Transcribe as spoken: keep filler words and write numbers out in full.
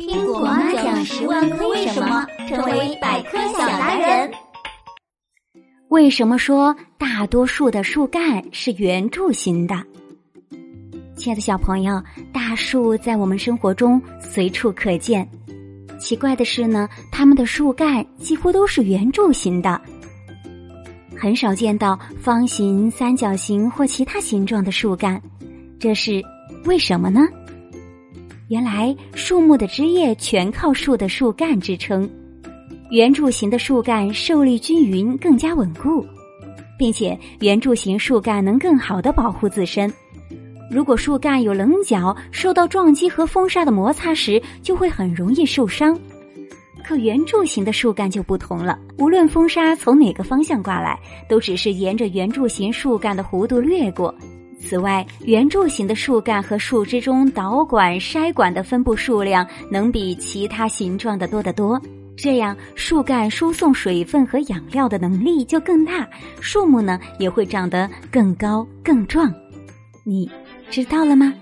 听果妈讲十万个为什么，成为百科小达人。 为什么说大多数的树干是圆柱形的？亲爱的小朋友，大树在我们生活中随处可见。奇怪的是呢，它们的树干几乎都是圆柱形的，很少见到方形、三角形或其他形状的树干。这是为什么呢？原来树木的枝叶全靠树的树干支撑，圆柱形的树干受力均匀，更加稳固，并且圆柱形树干能更好地保护自身。如果树干有棱角，受到撞击和风沙的摩擦时，就会很容易受伤。可圆柱形的树干就不同了，无论风沙从哪个方向刮来，都只是沿着圆柱形树干的弧度掠过。此外，圆柱形的树干和树枝中导管、筛管的分布数量能比其他形状的多得多，这样树干输送水分和养料的能力就更大，树木呢也会长得更高更壮。你知道了吗？